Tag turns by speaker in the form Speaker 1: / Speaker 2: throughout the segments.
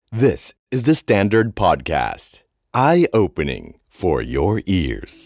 Speaker 1: This is the Standard Podcast. Eye-opening for your ears.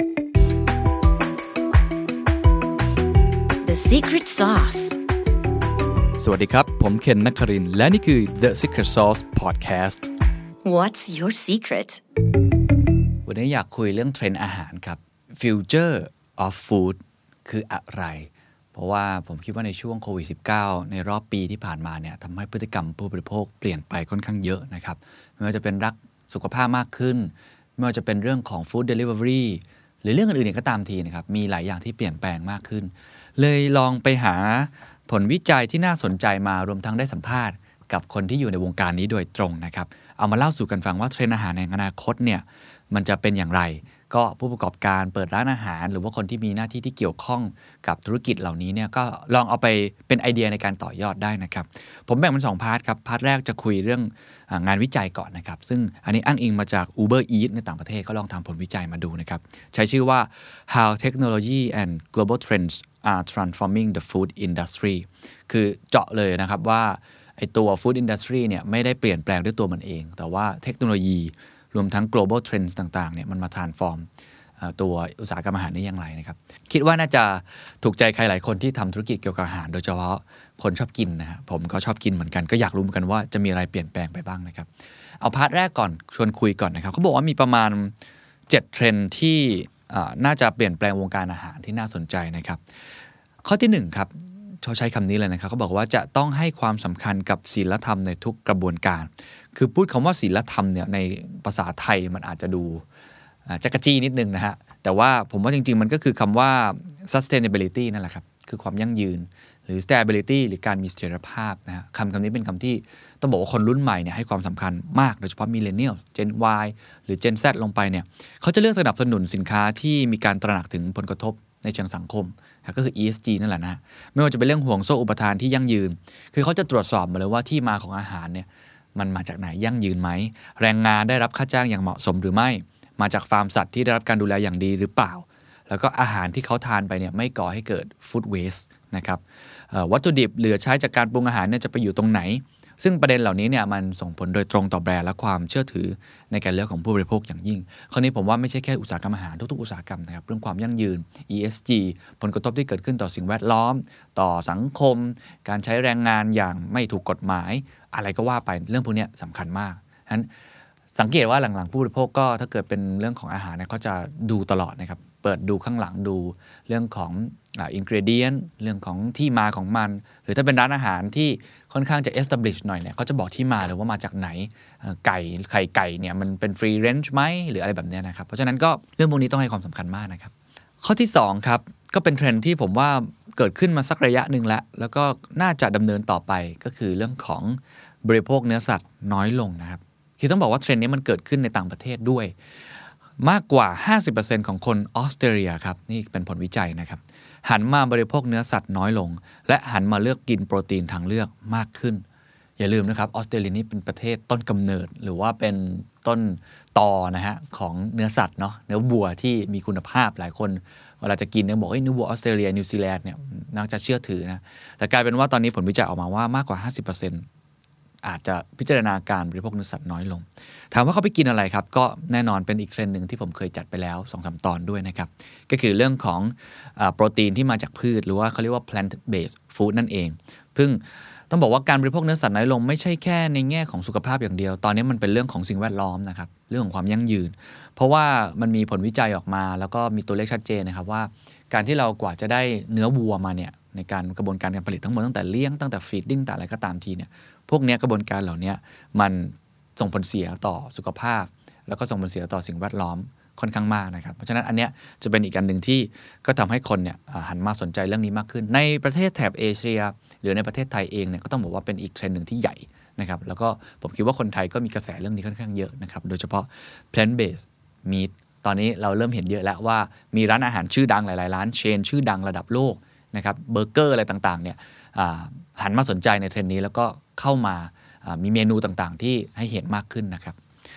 Speaker 2: The Secret Sauce
Speaker 3: สวัสดีครับผมเคนนักครินทร์และนี่คือ The Secret Sauce Podcast
Speaker 2: What's your secret
Speaker 3: วันนี้อยากคุยเรื่องเทรนด์อาหารครับ Future of Food คืออะไรเพราะว่าผมคิดว่าในช่วงโควิด -19 ในรอบปีที่ผ่านมาเนี่ยทำให้พฤติกรรมผู้บริโภคเปลี่ยนไปค่อนข้างเยอะนะครับไม่ว่าจะเป็นรักสุขภาพมากขึ้นไม่ว่าจะเป็นเรื่องของ Food Delivery หรือเรื่องอื่นๆก็ตามทีนะครับมีหลายอย่างที่เปลี่ยนแปลงมากขึ้นเลยลองไปหาผลวิจัยที่น่าสนใจมารวมทั้งได้สัมภาษณ์กับคนที่อยู่ในวงการนี้โดยตรงนะครับเอามาเล่าสู่กันฟังว่าเทรนด์อาหารในอนาคตเนี่ยมันจะเป็นอย่างไรก็ผู้ประกอบการเปิดร้านอาหารหรือว่าคนที่มีหน้าที่ที่เกี่ยวข้องกับธุรกิจเหล่านี้เนี่ยก็ลองเอาไปเป็นไอเดียในการต่อยอดได้นะครับผมแบ่งเป็น2พาร์ทครับพาร์ทแรกจะคุยเรื่องงานวิจัยก่อนนะครับซึ่งอันนี้อ้างอิงมาจาก Uber Eats ในต่างประเทศก็ลองทำผลวิจัยมาดูนะครับใช้ชื่อว่า How Technology and Global Trends are Transforming the Food Industry คือเจาะเลยนะครับว่าไอตัว Food Industry เนี่ยไม่ได้เปลี่ยนแปลงด้วยตัวมันเองแต่ว่าเทคโนโลยีรวมทั้ง global trends ต่างๆเนี่ยมันมา transform ตัวอุตสาหกรรมอาหารได้อย่างไรนะครับคิดว่าน่าจะถูกใจใครหลายคนที่ทำธุรกิจเกี่ยวกับอาหารโดยเฉพาะคนชอบกินนะฮะผมก็ชอบกินเหมือนกันก็อยากรู้เหมือนกันว่าจะมีอะไรเปลี่ยนแปลงไปบ้างนะครับเอาพาร์ทแรกก่อนชวนคุยก่อนนะครับเขาบอกว่ามีประมาณ7เทรนด์ที่น่าจะเปลี่ยนแปลงวงการอาหารที่น่าสนใจนะครับข้อที่1ครับเขาใช้คำนี้เลยนะครับเขาบอกว่าจะต้องให้ความสำคัญกับศีลธรรมในทุกกระบวนการคือพูดคำว่าศีลธรรมเนี่ยในภาษาไทยมันอาจจะดูจักรจี้นิดนึงนะฮะแต่ว่าผมว่าจริงๆมันก็คือคำว่า sustainability นั่นแหละครับคือความยั่งยืนหรือ stability หรือการมีเสถียรภาพนะฮะคำนี้เป็นคำที่ต้องบอกว่าคนรุ่นใหม่เนี่ยให้ความสำคัญมากโดยเฉพาะ millennial Gen Y หรือ Gen Z ลงไปเนี่ยเขาจะเลือกสนับสนุนสินค้าที่มีการตระหนักถึงผลกระทบในเชิงสังคมก็คือ ESG นั่นแหละนะไม่ว่าจะเป็นเรื่องห่วงโซ่อุปทานที่ยั่งยืนคือเขาจะตรวจสอบมาเลยว่าที่มาของอาหารเนี่ยมันมาจากไหนยั่งยืนไหมแรงงานได้รับค่าจ้างอย่างเหมาะสมหรือไม่มาจากฟาร์มสัตว์ที่ได้รับการดูแลอย่างดีหรือเปล่าแล้วก็อาหารที่เขาทานไปเนี่ยไม่ก่อให้เกิด food waste นะครับวัตถุดิบเหลือใช้จากการปรุงอาหารเนี่ยจะไปอยู่ตรงไหนซึ่งประเด็นเหล่านี้เนี่ยมันส่งผลโดยตรงต่อแบรนด์และความเชื่อถือในการเลือกของผู้บริโภคอย่างยิ่งคราวนี้ผมว่าไม่ใช่แค่อุตสาหกรรมอาหารทุกๆอุตสาหกรรมนะครับเรื่องความยั่งยืน ESG ผลกระทบที่เกิดขึ้นต่อสิ่งแวดล้อมต่อสังคมการใช้แรงงานอย่างไม่ถูกกฎหมายอะไรก็ว่าไปเรื่องพวกนี้สำคัญมากฉะนั้นสังเกตว่าหลังๆผู้บริโภคก็ถ้าเกิดเป็นเรื่องของอาหารเนี่ยเขาจะดูตลอดนะครับเปิดดูข้างหลังดูเรื่องของingredient เรื่องของที่มาของมันหรือถ้าเป็นร้านอาหารที่ค่อนข้างจะ establish หน่อยเนี่ยเขาจะบอกที่มาหรือว่ามาจากไหนไข่ไก่เนี่ยมันเป็น free range ไหมหรืออะไรแบบนี้นะครับเพราะฉะนั้นก็เรื่องพวกนี้ต้องให้ความสำคัญมากนะครับข้อที่2ครับก็เป็นเทรนด์ที่ผมว่าเกิดขึ้นมาสักระยะหนึ่งแล้วก็น่าจะดำเนินต่อไปก็คือเรื่องของบริโภคเนื้อสัตว์น้อยลงนะครับคือต้องบอกว่าเทรนด์นี้มันเกิดขึ้นในต่างประเทศด้วยมากกว่า 50% ของคนออสเตรเลียครับนี่เป็นผลวิจัยนะครับหันมาบริโภคเนื้อสัตว์น้อยลงและหันมาเลือกกินโปรตีนทางเลือกมากขึ้นอย่าลืมนะครับออสเตรเลียนี่เป็นประเทศต้นกำเนิดหรือว่าเป็นต้นตอนะฮะของเนื้อสัตว์เนาะเนื้อวัวที่มีคุณภาพหลายคนเวลาจะกินเนี่ยบอกเนื้อวัวออสเตรเลียนิวซีแลนด์เนี่ยน่าจะเชื่อถือนะแต่กลายเป็นว่าตอนนี้ผลวิจัยออกมาว่ามากกว่า 50%อาจจะพิจารณาการบริโภคเนื้อสัตว์น้อยลงถามว่าเขาไปกินอะไรครับก็แน่นอนเป็นอีกเทรนด์หนึ่งที่ผมเคยจัดไปแล้ว 2-3 ตอนด้วยนะครับก็คือเรื่องของโปรตีนที่มาจากพืชหรือว่าเขาเรียกว่า plant based food นั่นเองซึ่งต้องบอกว่าการบริโภคเนื้อสัตว์น้อยลงไม่ใช่แค่ในแง่ของสุขภาพอย่างเดียวตอนนี้มันเป็นเรื่องของสิ่งแวดล้อมนะครับเรื่องของความยั่งยืนเพราะว่ามันมีผลวิจัยออกมาแล้วก็มีตัวเลขชัดเจนนะครับว่าการที่เรากว่าจะได้เนื้อวัวมาเนี่ยในการกระบวนการผลิตทั้งหมดตั้งแต่เลี้ยงตั้งแต่ฟีดดิ้งแต่อะไรก็ตามทีเนี่ยพวกนี้กระบวนการเหล่านี้มันส่งผลเสียต่อสุขภาพแล้วก็ส่งผลเสียต่อสิ่งแวดล้อมค่อนข้างมากนะครับเพราะฉะนั้นอันเนี้ยจะเป็นอีกอันหนึ่งที่ก็ทำให้คนเนี่ยหันมาสนใจเรื่องนี้มากขึ้นในประเทศแถบเอเชียหรือในประเทศไทยเองเนี่ยก็ต้องบอกว่าเป็นอีกเทรนด์หนึ่งที่ใหญ่นะครับแล้วก็ผมคิดว่าคนไทยก็มีกระแสเรื่องนี้ค่อนข้างเยอะนะครับโดยเฉพาะ plant based meat ตอนนี้เราเริ่มเห็นเยอะแล้วว่ามีร้านอาหารชื่อดังหลายๆร้านเชนชื่อดังระดับโลกนะครับเบอร์เกอร์อะไรต่างๆเนี่ยหันมาสนใจในเทรนด์นี้แล้วก็เข้ามามีเมนูต่างๆที่ให้เห็นมากขึ้นนะครับ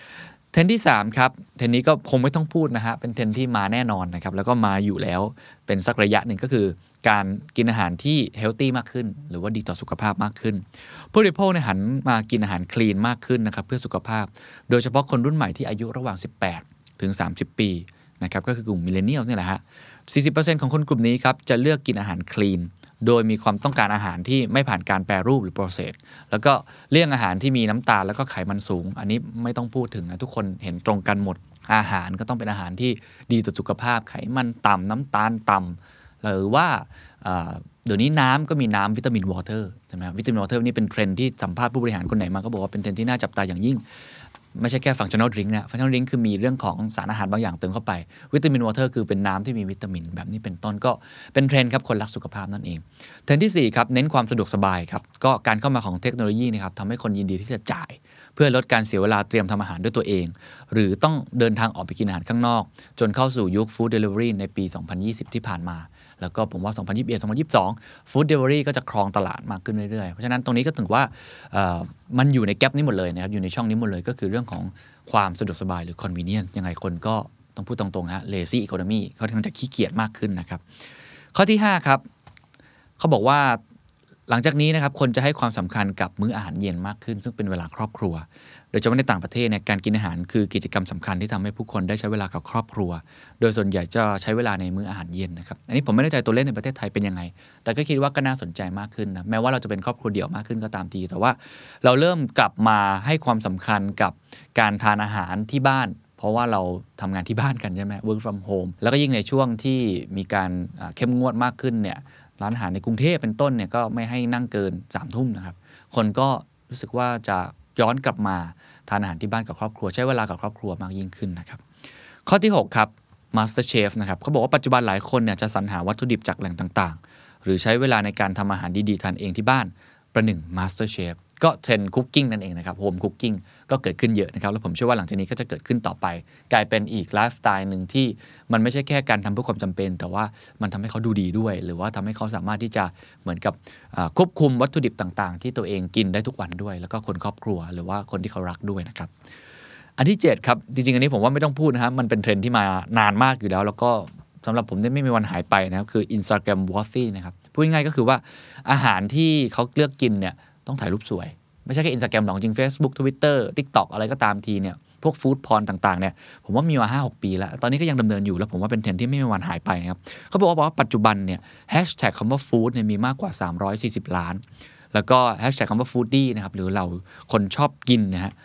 Speaker 3: เทรนด์ที่3ครับเทรนด์นี้ก็คงไม่ต้องพูดนะฮะเป็นเทรนด์ที่มาแน่นอนนะครับแล้วก็มาอยู่แล้วเป็นสักระยะหนึ่งก็คือการกินอาหารที่เฮลตี้มากขึ้นหรือว่าดีต่อสุขภาพมากขึ้นผู้บริโภคหันมากินอาหารคลีนมากขึ้นนะครับเพื่อสุขภาพโดยเฉพาะคนรุ่นใหม่ที่อายุระหว่าง18ถึง30ปีนะครับก็คือกลุ่มมิลเลนเนียลนี่แหละฮะ 40% ของคนกลุ่มนี้ครับจะเลือกกินอาหารคลีนโดยมีความต้องการอาหารที่ไม่ผ่านการแปรรูปหรือโปรเซสแล้วก็เลี่ยงอาหารที่มีน้ำตาลแล้วก็ไขมันสูงอันนี้ไม่ต้องพูดถึงนะทุกคนเห็นตรงกันหมดอาหารก็ต้องเป็นอาหารที่ดีต่อสุขภาพไขมันต่ำน้ำตาลต่ำหรือว่าเดี๋ยวนี้น้ำก็มีน้ำวิตามินวอเตอร์ใช่ไหมวิตามินวอเตอร์นี่เป็นเทรนด์ที่สัมภาษณ์ผู้บริหารคนไหนมาก็บอกว่าเป็นเทรนด์ที่น่าจับตาอย่างยิ่งไม่ใช่แค่ฟังชั่นอลดริงก์นะฟังชั่นอลดริงก์คือมีเรื่องของสารอาหารบางอย่างเติมเข้าไปวิตามินวอเตอร์คือเป็นน้ำที่มีวิตามินแบบนี้เป็นต้นก็เป็นเทรนด์ครับคนรักสุขภาพนั่นเองเทรนด์ที่4ครับเน้นความสะดวกสบายครับก็การเข้ามาของเทคโนโลยีนะครับทำให้คนยินดีที่จะจ่ายเพื่อลดการเสียเวลาเตรียมทำอาหารด้วยตัวเองหรือต้องเดินทางออกไปกินอาหารข้างนอกจนเข้าสู่ยุคฟู้ดเดลิเวอรี่ในปี2020ที่ผ่านมาแล้วก็ผมว่า2021-2022 ฟู้ดเดลิเวอรี่ก็จะครองตลาดมากขึ้นเรื่อยๆเพราะฉะนั้นตรงนี้ก็ถึงว่ามันอยู่ในแกปนี้หมดเลยนะครับอยู่ในช่องนี้หมดเลยก็คือเรื่องของความสะดวกสบายหรือ convenience ยังไงคนก็ต้องพูดตรงๆฮะ lazy economy เขาค่อนข้างจะขี้เกียจมากขึ้นนะครับข้อที่5ครับเขาบอกว่าหลังจากนี้นะครับคนจะให้ความสำคัญกับมื้ออาหารเย็นมากขึ้นซึ่งเป็นเวลาครอบครัวโดยเฉพาะในต่างประเทศเนี่ยการกินอาหารคือกิจกรรมสำคัญที่ทำให้ผู้คนได้ใช้เวลากับครอบครัวโดยส่วนใหญ่จะใช้เวลาในมื้ออาหารเย็นนะครับอันนี้ผมไม่แน่ใจตัวเลขในประเทศไทยเป็นยังไงแต่ก็คิดว่าก็น่าสนใจมากขึ้นนะแม้ว่าเราจะเป็นครอบครัวเดี่ยวมากขึ้นก็ตามทีแต่ว่าเราเริ่มกลับมาให้ความสำคัญกับการทานอาหารที่บ้านเพราะว่าเราทำงานที่บ้านกันใช่ไหม work from home แล้วก็ยิ่งในช่วงที่มีการเข้มงวดมากขึ้นเนี่ยร้านอาหารในกรุงเทพเป็นต้นเนี่ยก็ไม่ให้นั่งเกิน3 ทุ่มนะครับคนก็รู้สึกว่าจะย้อนกลับมาทานอาหารที่บ้านกับครอบครัวใช้เวลากับครอบครัวมากยิ่งขึ้นนะครับข้อที่6ครับ Master Chef นะครับเขาบอกว่าปัจจุบันหลายคนเนี่ยจะสรรหาวัตถุดิบจากแหล่งต่างๆหรือใช้เวลาในการทำอาหารดีๆทานเองที่บ้านประหนึ่ง Master Chef ก็เทรนด์คุกกิ้งนั่นเองนะครับโฮมคุกกิ้งก็เกิดขึ้นเยอะนะครับแล้วผมเชื่อว่าหลังจากนี้ก็จะเกิดขึ้นต่อไปกลายเป็นอีกไลฟ์สไตล์นึงที่มันไม่ใช่แค่การทำเพื่อความจำเป็นแต่ว่ามันทำให้เขาดูดีด้วยหรือว่าทำให้เขาสามารถที่จะเหมือนกับควบคุมวัตถุดิบต่างๆที่ตัวเองกินได้ทุกวันด้วยแล้วก็คนครอบครัวหรือว่าคนที่เขารักด้วยนะครับอันที่7ครับจริงๆอันนี้ผมว่าไม่ต้องพูดนะครับมันเป็นเทรนด์ที่มานานมากอยู่แล้วแล้วก็สำหรับผมเนี่ยไม่มีวันหายไปนะครับคือ Instagram worthy นะครับพูดง่ายๆก็คือว่าอาหารที่เขาเลือกกินเนี่ยต้องถ่ายรูปสวยไม่ใช่แค่ Instagram หรอกจริง Facebook Twitter TikTok อะไรก็ตามทีเนี่ยพวกฟู้ดพอร์นต่างๆเนี่ยผมว่ามีมา 5-6 ปีแล้วตอนนี้ก็ยังดำเนินอยู่แล้วผมว่าเป็นเทรนด์ที่ไม่มีวันหายไปครับเขาบอกว่าปัจจุบันเนี่ยแฮชแท็กคำว่าฟู้ดเนี่ยมีมากกว่า340ล้านแล้วก็แฮชแท็กคำว่าฟู้ดดี้นะครับหรือเราคนชอบกินนะฮะ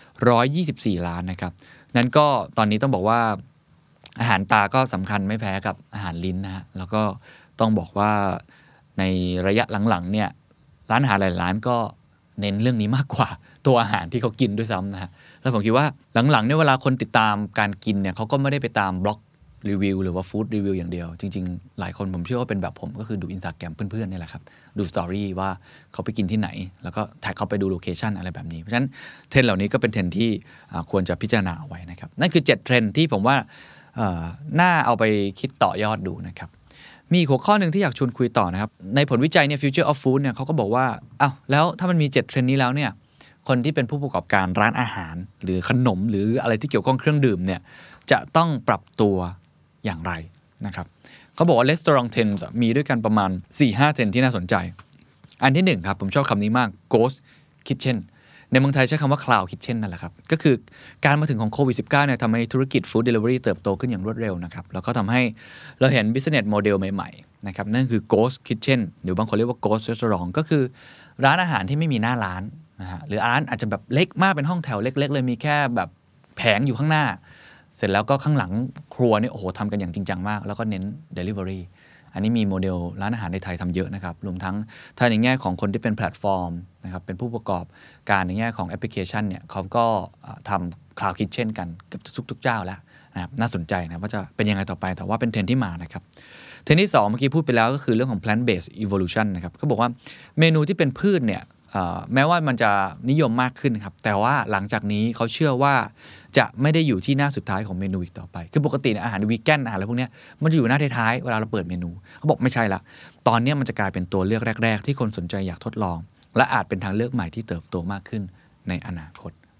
Speaker 3: 124ล้านนะครับนั้นก็ตอนนี้ต้องบอกว่าอาหารตาก็สำคัญไม่แพ้กับอาหารลิ้นนะฮะแล้วก็ต้องบอกว่าในระยะหลังๆเนี่ยร้านอาหารหลายร้านก็เน้นเรื่องนี้มากกว่าตัวอาหารที่เขากินด้วยซ้ำนะฮะแล้วผมคิดว่าหลังๆเนี่ยเวลาคนติดตามการกินเนี่ยเขาก็ไม่ได้ไปตามบล็อกรีวิวหรือว่าฟู้ดรีวิวอย่างเดียวจริงๆหลายคนผมเชื่อว่าเป็นแบบผมก็คือดู Instagram เพื่อนๆนี่แหละครับดูสตอรี่ว่าเขาไปกินที่ไหนแล้วก็แท็กเขาไปดูโลเคชั่นอะไรแบบนี้เพราะฉะนั้นเทรนด์เหล่านี้ก็เป็นเทรนด์ที่ควรจะพิจารณาเอาไว้นะครับนั่นคือ7เทรนด์ที่ผมว่าน่าเอาไปคิดต่อยอดดูนะครับมีหัวข้อหนึ่งที่อยากชวนคุยต่อนะครับในผลวิจัยเนี่ย Future of Food เนี่ยเขาก็บอกว่าอ้าวแล้วถ้ามันมี7เทรนด์นี้แล้วเนี่ยคนที่เป็นผู้ประกอบการร้านอาหารหรือขนมหรืออะไรที่เกี่ยวข้องเครื่องดื่มเนี่ยจะต้องปรับตัวอย่างไรนะครับเขาบอกว่า Restaurant Trends มีด้วยกันประมาณ 4-5 เทรนด์ที่น่าสนใจอันที่1ครับผมชอบคำนี้มาก Ghost Kitchen ในเมืองไทยใช้คำว่า Cloud Kitchen นั่นแหละครับก็คือการมาถึงของโควิด -19 เนี่ยทำให้ธุรกิจ Food Delivery เติบโตขึ้นอย่างรวดเร็วนะครับแล้วก็ทำให้เราเห็น Business Model ใหม่ๆนะครับนั่นคือ Ghost Kitchen หรือบางคนเรียกว่า Ghost Restaurant ก็คือร้านอาหารที่ไม่มีหน้าร้านนะฮะหรือร้านอาจจะแบบเล็กมากเป็นห้องแถวเล็กๆเลยมีแค่แบบแผงอยู่ข้างหน้าเสร็จแล้วก็ข้างหลังครัวนี่โอ้โหทำกันอย่างจริงจังมากแล้วก็เน้น Delivery อันนี้มีโมเดลร้านอาหารในไทยทำเยอะนะครับรวมทั้งถ้าในแง่ของคนที่เป็นแพลตฟอร์มนะครับเป็นผู้ประกอบการในแง่ของแอปพลิเคชันเนี่ยเขาก็ทำ Cloud Kitchen กันเกือบทุกเจ้าแล้วนะครับน่าสนใจนะว่าจะเป็นยังไงต่อไปแต่ว่าเป็นเทรนด์ที่มานะครับเทรนด์ที่2เมื่อกี้พูดไปแล้วก็คือเรื่องของ plant based evolution นะครับเขาบอกว่าเมนูที่เป็นพืชเนี่ยแม้ว่ามันจะนิยมมากขึ้นครับแต่ว่าหลังจากนี้เขาเชื่อว่าจะไม่ได้อยู่ที่หน้าสุดท้ายของเมนูอีกต่อไปคือปกติอาหารวีแกนอาหารอะไรพวกนี้มันจะอยู่หน้าท้ายๆเวลาเราเปิดเมนูเขาบอกไม่ใช่ละตอนนี้มันจะกลายเป็นตัวเลือกแรกๆที่คนสนใจอยากทดลองและอาจเป็นทางเลือกใหม่ที่เติบโตมากขึ้นในอนาคต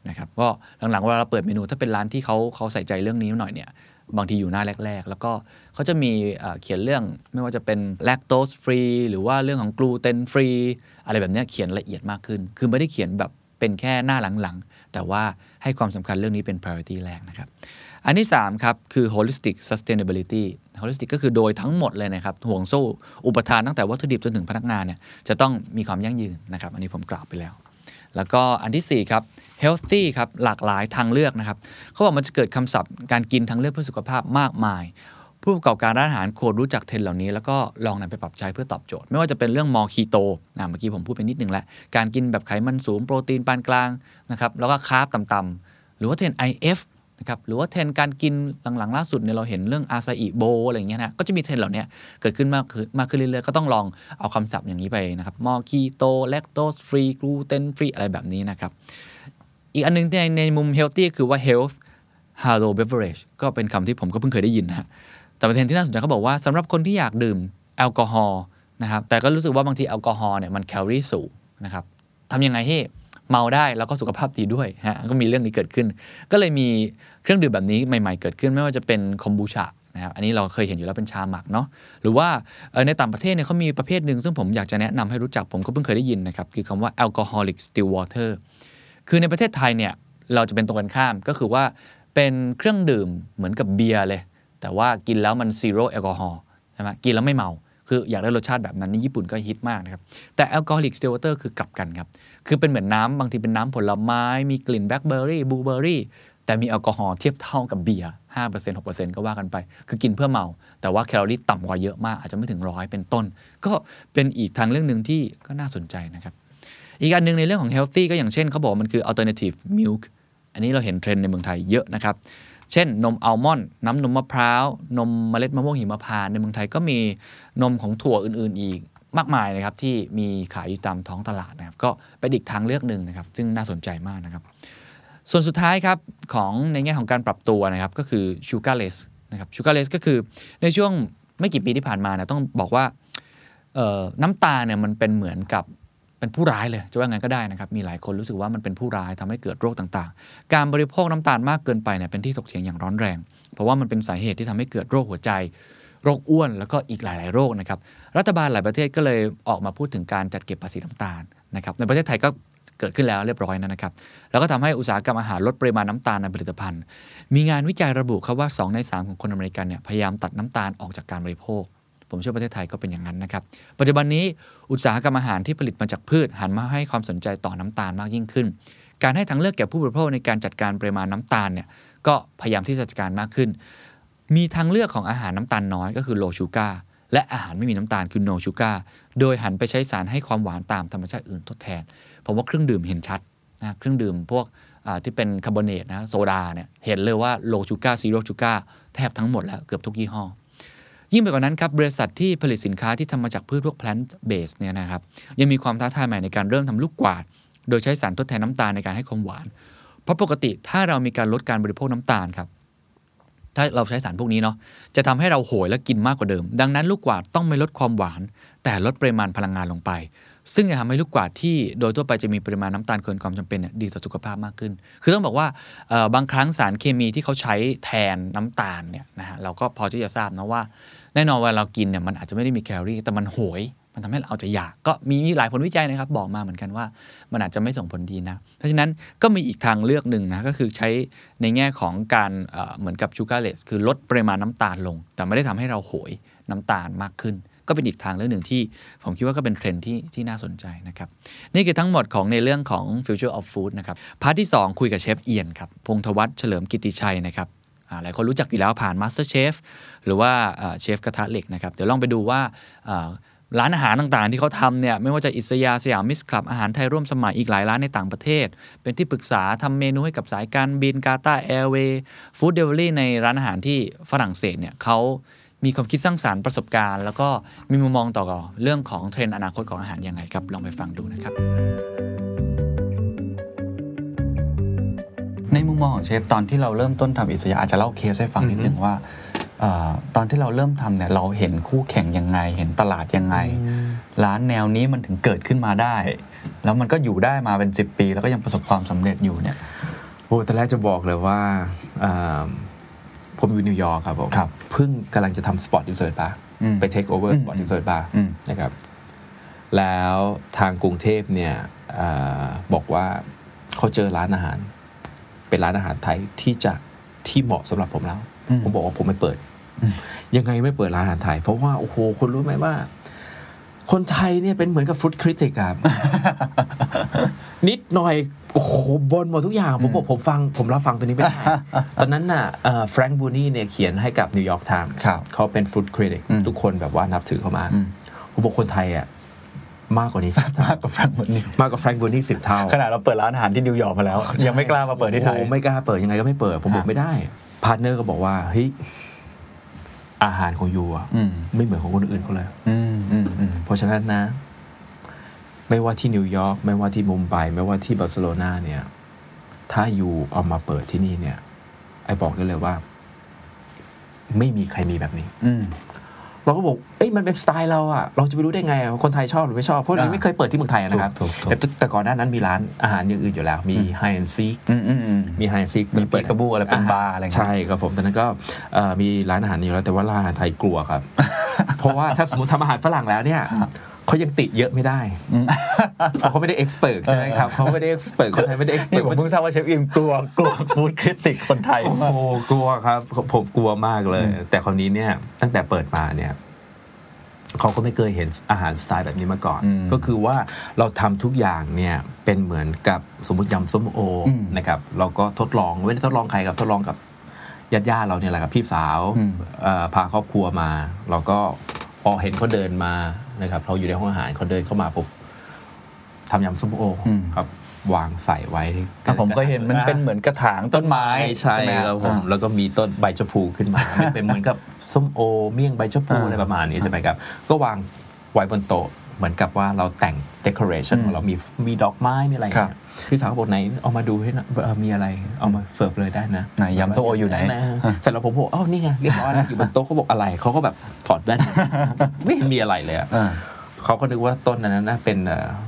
Speaker 3: นะครับก็หลังๆเวลาเราเปิดเมนูถ้าเป็นร้านที่เขาใส่ใจเรื่องนี้หน่อยเนี่ยบางทีอยู่หน้าแรกๆแล้วก็เขาจะมีเขียนเรื่องไม่ว่าจะเป็น lactose free หรือว่าเรื่องของ gluten free อะไรแบบนี้เขียนละเอียดมากขึ้นคือไม่ได้เขียนแบบเป็นแค่หน้าหลังๆแต่ว่าให้ความสำคัญเรื่องนี้เป็น priority แรกนะครับอันที่3ครับคือ holistic sustainability holistic ก็คือโดยทั้งหมดเลยนะครับห่วงโซ่อุปทานตั้งแต่วัตถุดิบจนถึงพนักงานเนี่ยจะต้องมีความยั่งยืนนะครับอันนี้ผมกล่าวไปแล้วก็อันที่4ครับ healthy ครับหลากหลายทางเลือกนะครับเขาบอกมันจะเกิดคำศัพท์การกินทางเลือกเพื่อสุขภาพมากมายผู้ประกอบการร้านอาหารควรรู้จักเทรนด์เหล่านี้แล้วก็ลองนำไปปรับใช้เพื่อตอบโจทย์ไม่ว่าจะเป็นเรื่องมอคีโตเมื่อกี้ผมพูดไปนิดนึงแล้วการกินแบบไขมันสูงโปรตีนปานกลางนะครับแล้วก็คาร์บต่ำๆหรือว่าเทรนด์ IF นะครับหรือว่าเทรนด์การกินหลังๆล่าสุดเนี่ยเราเห็นเรื่องอาซาอิโบอะไรอย่างเงี้ยนะก็จะมีเทรนด์เหล่านี้เกิดขึ้นมากขึ้นเรื่อยๆก็ต้องลองเอาคำศัพท์อย่างนี้ไปนะครับมอคีโตแลคโตสฟรีกลูเตนฟรีอะไรแบบนี้นะครับอีกอันนึงในมุม healthy คือว่า health halo beverage ก็เป็นคำที่ผมก็เพิ่งเคยได้ยินนะแต่ประเด็นที่น่าสนใจเขาบอกว่าสำหรับคนที่อยากดื่มแอลกอฮอล์นะครับแต่ก็รู้สึกว่าบางทีแอลกอฮอล์เนี่ยมันแคลอรี่สูงนะครับทำยังไงให้เมาได้แล้วก็สุขภาพดีด้วยฮะก็มีเรื่องนี้เกิดขึ้นก็เลยมีเครื่องดื่มแบบนี้ใหม่ๆเกิดขึ้นไม่ว่าจะเป็นคอมบูชานะครับอันนี้เราเคยเห็นอยู่แล้วเป็นชาหมักเนาะหรือว่าในต่างประเทศเนี่ยเขามีประเภทหนึ่งซึ่งผมอยากจะแนะนำให้รู้จักผมก็เพิ่งเคยได้ยินนะครับคือคำว่า alcoholic still water คือในประเทศไทยเนี่ยเราจะเป็นตรงกันข้ามก็คือว่าเป็นเครื่องดื่มเหมือนกับเบียร์เลยแต่ว่ากินแล้วมันซีโร่แอลกอฮอล์ใช่ไหมกินแล้วไม่เมาคืออยากได้รสชาติแบบนั้นนี่ญี่ปุ่นก็ฮิตมากนะครับแต่แอลกอฮอลิกสติลวอเตอร์คือกลับกันครับคือเป็นเหมือนน้ำบางทีเป็นน้ำผลไม้มีกลิ่นแบล็คเบอร์รี่บลูเบอร์รี่แต่มีแอลกอฮอล์เทียบเท่ากับเบียร์ 5% 6% ก็ว่ากันไปคือกินเพื่อเมาแต่ว่าแคลอรี่ต่ำกว่าเยอะมากอาจจะไม่ถึง100เป็นต้นก็เป็นอีกทางเรื่องนึงที่ก็น่าสนใจนะครับอีกอันนึงในเรื่องของ healthy ก็อย่างเช่นเขาบอกมันคือ alternative milk อันนี้เราเห็นเทรนด์ในเมืองไทยเยอะนะครับเช่นนมอัลมอนด์น้ำนมมะพร้าวนมเมล็ดมะม่วงหิมพานต์ในเมืองไทยก็มีนมของถั่วอื่นๆอีกมากมายนะครับที่มีขายอยู่ตามท้องตลาดนะครับก็เป็นอีกทางเลือกหนึ่งนะครับซึ่งน่าสนใจมากนะครับส่วนสุดท้ายครับของในแง่ของการปรับตัวนะครับก็คือ sugarless นะครับ sugarless ก็คือในช่วงไม่กี่ปีที่ผ่านมาเนี่ยต้องบอกว่าน้ำตาลเนี่ยมันเป็นเหมือนกับเป็นผู้ร้ายเลยจะว่างั้นก็ได้นะครับมีหลายคนรู้สึกว่ามันเป็นผู้ร้ายทำให้เกิดโรคต่างๆการบริโภคน้ำตาลมากเกินไปเนี่ยเป็นที่ถกเถียงอย่างร้อนแรงเพราะว่ามันเป็นสาเหตุที่ทำให้เกิดโรคหัวใจโรคอ้วนแล้วก็อีกหลายๆโรคนะครับรัฐบาลหลายประเทศก็เลยออกมาพูดถึงการจัดเก็บภาษีน้ำตาลนะครับในประเทศไทยก็เกิดขึ้นแล้วเรียบร้อยนะครับแล้วก็ทำให้อุตสาหกรรมอาหารลดปริมาณน้ำตาลในผลิตภัณฑ์มีงานวิจัยระบุครับว่า2 ใน 3ของคนอเมริกันเนี่ยพยายามตัดน้ำตาลออกจากการบริโภคผมเชื่อประเทศไทยก็เป็นอย่างนั้นนะครับปัจจุบันนี้อุตสาหกรรมอาหารที่ผลิตมาจากพืชหันมาให้ความสนใจต่อน้ำตาลมากยิ่งขึ้นการให้ทางเลือกแก่ผู้บริโภคในการจัดการปริมาณน้ำตาลเนี่ยก็พยายามที่จะจัดการมากขึ้นมีทางเลือกของอาหารน้ำตาลน้อยก็คือ low sugar และอาหารไม่มีน้ำตาลคือ no sugar โดยหันไปใช้สารให้ความหวานตามธรรมชาติอื่นทดแทนผมว่าเครื่องดื่มเห็นชัดนะเครื่องดื่มพวกที่เป็นคาร์บอเนตนะโซดาเนี่ยเห็นเลยว่า low sugar zero sugar แทบทั้งหมดแล้วเกือบทุกยี่ห้อยิ่งไปกว่านั้นครับบริษัทที่ผลิตสินค้าที่ทำมาจากพืชพวก plant based เนี่ยนะครับยังมีความท้าทายใหม่ในการเริ่มทำลูกกวาดโดยใช้สารทดแทนน้ำตาลในการให้ความหวานเพราะปกติถ้าเรามีการลดการบริโภคน้ำตาลครับถ้าเราใช้สารพวกนี้เนาะจะทำให้เราโหยและกินมากกว่าเดิมดังนั้นลูกกวาดต้องไม่ลดความหวานแต่ลดปริมาณพลังงานลงไปซึ่งจะทำให้ลูกกวาดที่โดยทั่วไปจะมีปริมาณน้ำตาลเกินความจำเป็นเนี่ยดีต่อสุขภาพมากขึ้นคือต้องบอกว่าบางครั้งสารเคมีที่เขาใช้แทนน้ำตาลเนี่ยนะฮะเราก็พอที่จะทราบนะว่าแน่นอนเวลาเรากินเนี่ยมันอาจจะไม่ได้มีแคลอรี่แต่มันโหยมันทำให้เราจะอยากก็มีหลายผลวิจัยนะครับบอกมาเหมือนกันว่ามันอาจจะไม่ส่งผลดีนะเพราะฉะนั้นก็มีอีกทางเลือกหนึ่งนะก็คือใช้ในแง่ของการเหมือนกับ sugarless คือลดปริมาณน้ำตาลลงแต่ไม่ได้ทำให้เราโหยน้ำตาลมากขึ้นก็เป็นอีกทางเรื่องหนึ่งที่ผมคิดว่าก็เป็นเทรนด์ที่น่าสนใจนะครับนี่คือทั้งหมดของในเรื่องของ Future of Food นะครับพาร์ทที่2คุยกับเชฟเอียนครับพงษ์ธวัฒน์เฉลิมกิตติชัยนะครับหลายคนรู้จักอยู่แล้วผ่าน Master Chef หรือว่าเชฟกระทะเหล็กนะครับเดี๋ยวลองไปดูว่าร้านอาหารต่างๆที่เขาทำเนี่ยไม่ว่าจะอิสยาสยามมิสคลับอาหารไทยร่วมสมัยอีกหลายร้านในต่างประเทศเป็นที่ปรึกษาทำเมนูให้กับสายการบินกาตาร์แอร์เวย์ฟู้ดเดลิเวอรี่ในร้านอาหารที่ฝรั่งเศสเนี่ยเขามีความคิดสร้างสรรค์ประสบการณ์แล้วก็มีมุมมองต่อเรื่องของเทรนด์อนาคตของอาหารยังไงครับลองไปฟังดูนะครับในมุมมองของเชฟตอนที่เราเริ่มต้นทำอิสยาอาจจะเล่าเคสให้ฟังนิดนึงว่าตอนที่เราเริ่มทำเนี่ยเราเห็นคู่แข่งยังไงเห็นตลาดยังไงร้านแนวนี้มันถึงเกิดขึ้นมาได้แล้วมันก็อยู่ได้มาเป็น10 ปีแล้วก็ยังประสบความสำเร็จอยู่เนี่ย
Speaker 4: โอ้ตอนแรกจะบอกเลยว่าผมอยู่นิวยอร์กครับผมเพิ่งกำลังจะทำสปอร์ตอินเสิร์ตบาร์ไปเทคโอเวอร์สปอร์ตอินเสิร์ตบาร์นะครับแล้วทางกรุงเทพเนี่ยบอกว่าเขาเจอร้านอาหารเป็นร้านอาหารไทยที่เหมาะสำหรับผมแล้วผมบอกว่าผมไม่เปิดยังไงไม่เปิดร้านอาหารไทยเพราะว่าโอ้โหคุณรู้ไหมว่าคนไทยเนี่ยเป็นเหมือนกับฟู้ดคริติกครับ นิดหน่อยโอ้โหบนหมดทุกอย่างผมบอกผมรับฟังตัวนี้ไม่ได้ ตอนนั้นน่ะแฟรงค์บูนี่เนี่ยเขียนให้กับนิวยอร์กไทม์เขาเป็นฟู้ดคริติกทุกคนแบบว่านับถือเขามากผมบอกคนไทยอ่ะมากกว่านี้10 เท่ามากกว่าแฟรงค์บูนี่10 เท่า
Speaker 3: ขนาดเราเปิดร้านอาหารที่นิวยอร์กมาแล้วยังไม่กล้ามาเปิดที่ไทย
Speaker 4: ไม่กล้าเปิดยังไงก็ไม่เปิดผมบอกไม่ได้พาร์ทเนอร์ก็บอกว่าเฮ้ยอาหารของยูอ่ะไม่เหมือนของคนอื่นเขาเลยเพราะฉะนั้นนะไม่ว่าที่นิวยอร์กไม่ว่าที่มุมไบไม่ว่าที่บาร์เซโลนาเนี่ยถ้ายูเอามาเปิดที่นี่เนี่ยไอ้บอกได้เลยว่าไม่มีใครมีแบบนี้เราก็บอกเอ้ยมันเป็นสไตล์เราอ่ะเราจะไปรู้ได้ไงคนไทยชอบหรือไม่ชอบเพราะเราไม่เคยเปิดที่เมืองไทยนะครับแต่ก่อนหน้านั้นมีร้านอาหารอย่างอื่นอยู่แล้วมีไฮแอนด์ซีกมีไฮแอนด์ซีก
Speaker 3: มีเปิดกระบูอะไรเป็นบาร์อะไร
Speaker 4: ใช่ครับผมตอนนั้นก็มีร้านอาหารอยู่แล้วแต่ว่าร้านอาหารไทยกลัวครับเพราะว่าถ้าสมมติทำอาหารฝรั่งแล้วเนี่ยเขายังติดเยอะไม่ได้เพราะเขาไม่ได้เอ็กซ์เพิร์ทใช่ไหมครับเขาไม่ได้เอ็กซ์เพิร์ทคนไทยไม่ได้เอ็กซ์เพิร์ท
Speaker 3: ผมเพิ่งทราบว่าเชฟอิมกลัวฟู้ดคริติกคนไทย
Speaker 4: โอ้โหกลัวครับผมกลัวมากเลยแต่คราวนี้เนี่ยตั้งแต่เปิดมาเนี่ยเขาก็ไม่เคยเห็นอาหารสไตล์แบบนี้มาก่อนก็คือว่าเราทำทุกอย่างเนี่ยเป็นเหมือนกับสมมติยำส้มโอนะครับเราก็ทดลองไม่ได้ทดลองใครครับทดลองกับญาติเราเนี่ยแหละครับพี่สาวพาครอบครัวมาเราก็พอเห็นเขาเดินมานะครับเราอยู่ในห้องอาหารเขาเดินเข้ามาปุ๊บทำยำส้มโอครับวางใส่ไว้
Speaker 3: ผมก็เห็นมันเป็นเหมือนกระถางต้นไม้
Speaker 4: ใช่ครับผมแล้วก็มีต้นใบชะพูขึ้นมาเป็นเหมือนกับส้มโอเมี่ยงใบชะพูอะไรประมาณนี้ใช่ไหมครับก็วางไว้บนโต๊ะเหมือนกับว่าเราแต่ง decoration ของเรามีดอกไม้มีอะไรอย่างเงี้ยพี่สาวบอกไหนเอามาดูให้มีอะไรเอามาเสิร์ฟเลยได้นะ
Speaker 3: ไหนยำส้มโออยู่ไหน
Speaker 4: เสร็จแล้วผมบอกนี่ไงเรียบร้อยแล้วอยู่บนโต๊ะเขาบอกอะไรเขาก็แบบถอดแว่นไม่เห็นมีอะไรเลยเขาก็นึกว่าต้นนั้นนะเป็น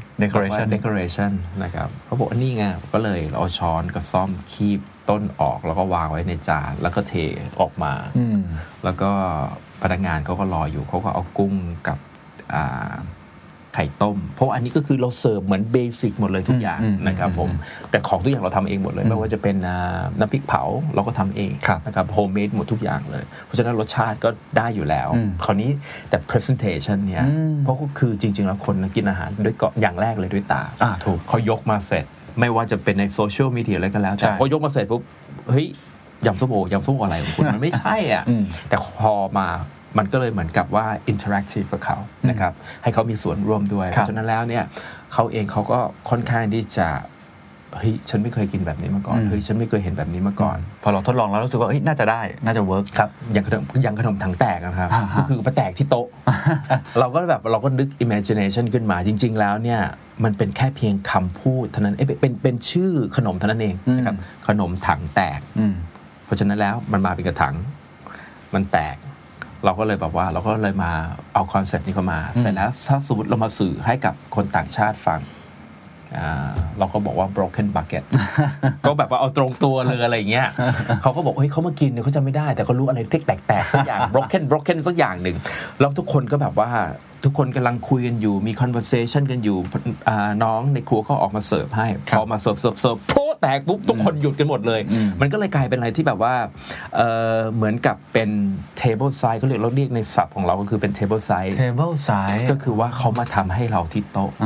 Speaker 4: decoration นะครับเขาบอกนี่ไงก็เลยเราเอาช้อนกับซ่อมคีบต้นออกแล้วก็วางไว้ในจานแล้วก็เทออกมาแล้วก็พนักงานเขาก็รออยู่เขาก็เอากุ้งกับไข่ต้มเพราะอันนี้ก็คือเราเสิร์ฟเหมือนเบสิกหมดเลยทุกอย่างนะครับผมแต่ของทุกอย่างเราทำเองหมดเลยไม่ว่าจะเป็นน้ำพริกเผาเราก็ทำเองนะครับโฮมเมดหมดทุกอย่างเลยเพราะฉะนั้นรสชาติก็ได้อยู่แล้วคราวนี้แต่ presentation เนี่ยเพราะก็คือจริงๆแล้วคนกินอาหารด้วยอย่างแรกเลยด้วยตา
Speaker 3: ถูก
Speaker 4: เขายกมาเสร็จไม่ว่าจะเป็นในโซเชียลมีเดียอะไรก็แล้วแต่เขายกมาเสร็จปุ๊บเฮ้ยยำส้มโออะไรของคุณมันไม่ใช่อ่ะแต่พอมามันก็เลยเหมือนกับว่า interactive กับเขานะครับให้เขามีส่วนร่วมด้วยเพราะฉะนั้นแล้วเนี่ยเขาเองเขาก็ค่อนข้างที่จะเฮ้ยฉันไม่เคยกินแบบนี้มาก่อนเฮ้ยฉันไม่เคยเห็นแบบนี้มาก่อน
Speaker 3: พอเราทดลองแล้วรู้สึกว่าเฮ้ยน่าจะได้น่าจะเวิร์ก
Speaker 4: ครับอย่างขนมถังแตกนะครับก็คือมาแตกที่โต๊ะเราก็นึก imagination ขึ้นมาจริงๆแล้วเนี่ยมันเป็นแค่เพียงคำพูดเท่านั้นเป็นชื่อขนมเท่านั้นเองนะครับขนมถังแตกเพราะฉะนั้นแล้วมันมาเป็นกระถังมันแตกเราก็เลยแบบว่าเราก็เลยมาเอาคอนเซ็ปต์นี้เข้ามาเสร็จแล้วถ้าสมมติเรามาสื่อให้กับคนต่างชาติฟังเราก็บอกว่า broken bucket ก็แบบว่าเอาตรงตัวเลยอะไรเงี้ยเขาก็บอกเฮ้ยเขามากินเนี่ยเขาจำไม่ได้แต่เขารู้อะไรแตกสักอย่าง broken สักอย่างหนึ่งแล้วทุกคนก็แบบว่าทุกคนกำลังคุยกันอยู่มี conversation กันอยู่น้องในครัวก็ออกมาเสิร์ฟให้พอมาเสิร์ฟโป๊ะแตกปุ๊บทุกคนหยุดกันหมดเลยมันก็เลยกลายเป็นอะไรที่แบบว่าเหมือนกับเป็น table side เขาเรียกในศัพท์ของเราก็คือเป็น table side ก็คือว่าเขามาทำให้เราที่โต๊ะ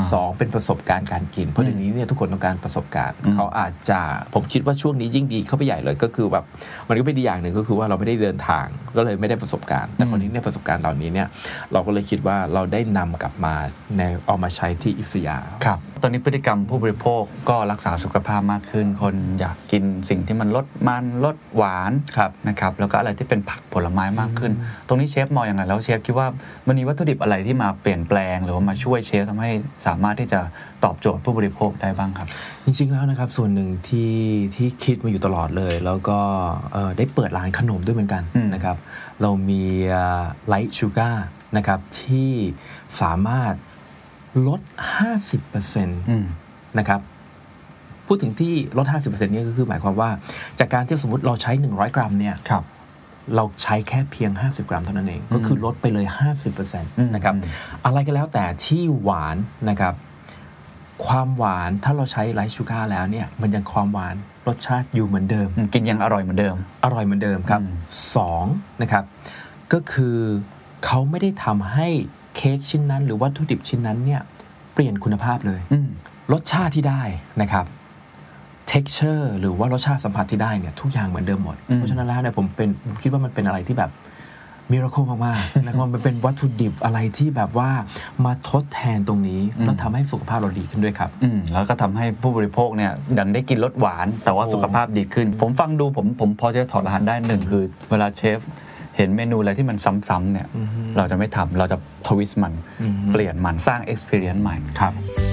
Speaker 4: 2เป็นประสบการณ์การกินเพราะเดี๋ยวนี้เนี่ยทุกคนต้องการประสบการณ์เขาอาจจะผมคิดว่าช่วงนี้ยิ่งดีเข้าไปใหญ่เลยก็คือแบบมันก็ไม่ดีอย่างหนึ่งก็คือว่าเราไม่ได้เดินทางก็เลยไม่ได้ประสบการณ์แต่คนนี้เนี่ยประสบการณ์เหล่านี้เนี่ยเราก็เลยคิดว่าเราได้นำกลับมาเอามาใช้ที่อิสยา
Speaker 3: ครับตอนนี้พฤติกรรมผู้บริโภคก็รักษาสุขภาพมากขึ้นคนอยากกินสิ่งที่มันลดมันลดหวานนะครับแล้วก็อะไรที่เป็นผักผลไม้มากขึ้นตรงนี้เชฟมองอย่างไรแล้วเชฟคิดว่ามันมีวัตถุดิบอะไรที่มาเปลี่ยนแปลงหรือว่ามาช่วยเชฟทำให้สามารถที่จะตอบโจทย์ผู้บริโภคได้บ้างครับ
Speaker 4: จริงๆแล้วนะครับส่วนหนึ่งที่คิดมาอยู่ตลอดเลยแล้วก็ได้เปิดร้านขนมด้วยเหมือนกันนะครับเรามีไลท์ชูการ์นะครับที่สามารถลด 50% นะครับพูดถึงที่ลด 50% เนี่ยก็คือหมายความว่าจากการที่สมมุติเราใช้100 กรัมเนี่ยเราใช้แค่เพียง50 กรัมเท่านั้นเองก็คือลดไปเลย 50% นะครับอะไรก็แล้วแต่ที่หวานนะครับความหวานถ้าเราใช้ไลท์ชูการ์แล้วเนี่ยมันยังความหวานรสชาติอยู่เหมือนเดิม
Speaker 3: กินยังอร่อยเหมือนเดิม
Speaker 4: ครับ2นะครับก็คือเขาไม่ได้ทำให้เค้กชิ้นนั้นหรือวัตถุดิบชิ้นนั้นเนี่ยเปลี่ยนคุณภาพเลยรสชาติที่ได้นะครับ texture หรือว่ารสชาติสัมผัสที่ได้เนี่ยทุกอย่างเหมือนเดิมหมดเพราะฉะนั้นแล้วเนี่ยผมคิดว่ามันเป็นอะไรที่แบบมิราเคิลมากๆนะครับมันเป็นวัตถุดิบอะไรที่แบบว่ามาทดแทนตรงนี้แล้วทำให้สุขภาพเราดีขึ้นด้วยครับ
Speaker 3: แล้วก็ทำให้ผู้บริโภคเนี่ยดังได้กินรสหวานแต่ว่าสุขภาพดีขึ้นผมฟังดูผมพอจะถอดรหัสได้หนึ่งคือเวลาเชฟเห็นเมนูอะไรที่มันซ้ำๆเนี่ยเราจะไม่ทำเราจะทวิสต์มันเปลี่ยนมันสร้าง experience ใหม่
Speaker 4: ครับ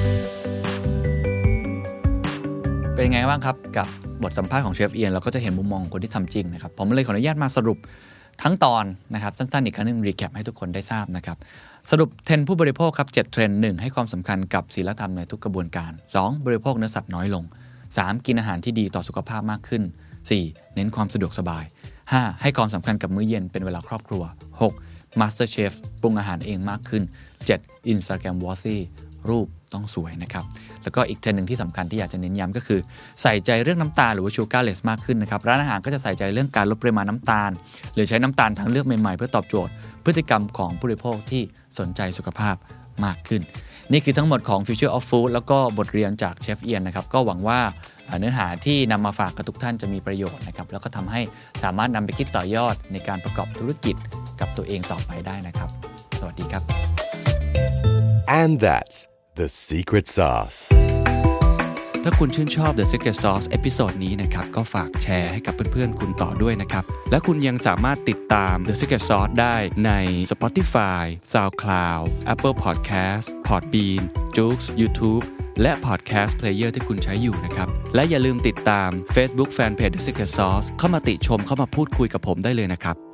Speaker 3: เป็นยังไงบ้างครับกับบทสัมภาษณ์ของเชฟเอียนเราก็จะเห็นมุมมองคนที่ทำจริงนะครับผมเลยขออนุญาตมาสรุปทั้งตอนนะครับสั้นๆอีกครั้งนึงรีแคปให้ทุกคนได้ทราบนะครับสรุปเทรนด์ผู้บริโภคครับ7เทรนด์ 1ให้ความสำคัญกับศีลธรรมในทุกกระบวนการ2บริโภคเนื้อสัตว์น้อยลง3กินอาหารที่ดีต่อสุขภาพมากขึ้น4เน้นความสะดวกสบาย5ให้ความสำคัญกับมื้อเย็นเป็นเวลาครอบครัว6 Master Chef ปรุงอาหารเองมากขึ้น7 Instagram worthy รูปต้องสวยนะครับแล้วก็อีกเทรนด์นึงที่สำคัญที่อยากจะเน้นย้ำก็คือใส่ใจเรื่องน้ำตาลหรือว่า sugarless มากขึ้นนะครับร้านอาหารก็จะใส่ใจเรื่องการลดปริมาณน้ำตาลหรือใช้น้ำตาลทางเลือกใหม่ๆเพื่อตอบโจทย์พฤติกรรมของผู้บริโภคที่สนใจสุขภาพมากขึ้นนี่คือทั้งหมดของ Future of Food แล้วก็บทเรียนจากเชฟเอียนนะครับก็หวังว่าเนื้อหาที่นำมาฝากกับทุกท่านจะมีประโยชน์นะครับแล้วก็ทำให้สามารถนำไปคิดต่อยอดในการประกอบธุรกิจกับตัวเองต่อไปได้นะครับสวัสดีครับ
Speaker 1: And that's the secret sauce
Speaker 3: ถ้าคุณชื่นชอบ The Secret Sauce เอพิโซดนี้นะครับก็ฝากแชร์ให้กับเพื่อนๆคุณต่อด้วยนะครับและคุณยังสามารถติดตาม The Secret Sauce ได้ใน Spotify, SoundCloud, Apple Podcast, Podbean, Joox, YouTube และ Podcast Player ที่คุณใช้อยู่นะครับและอย่าลืมติดตาม Facebook Fanpage The Secret Sauce เข้ามาติชมเข้ามาพูดคุยกับผมได้เลยนะครับ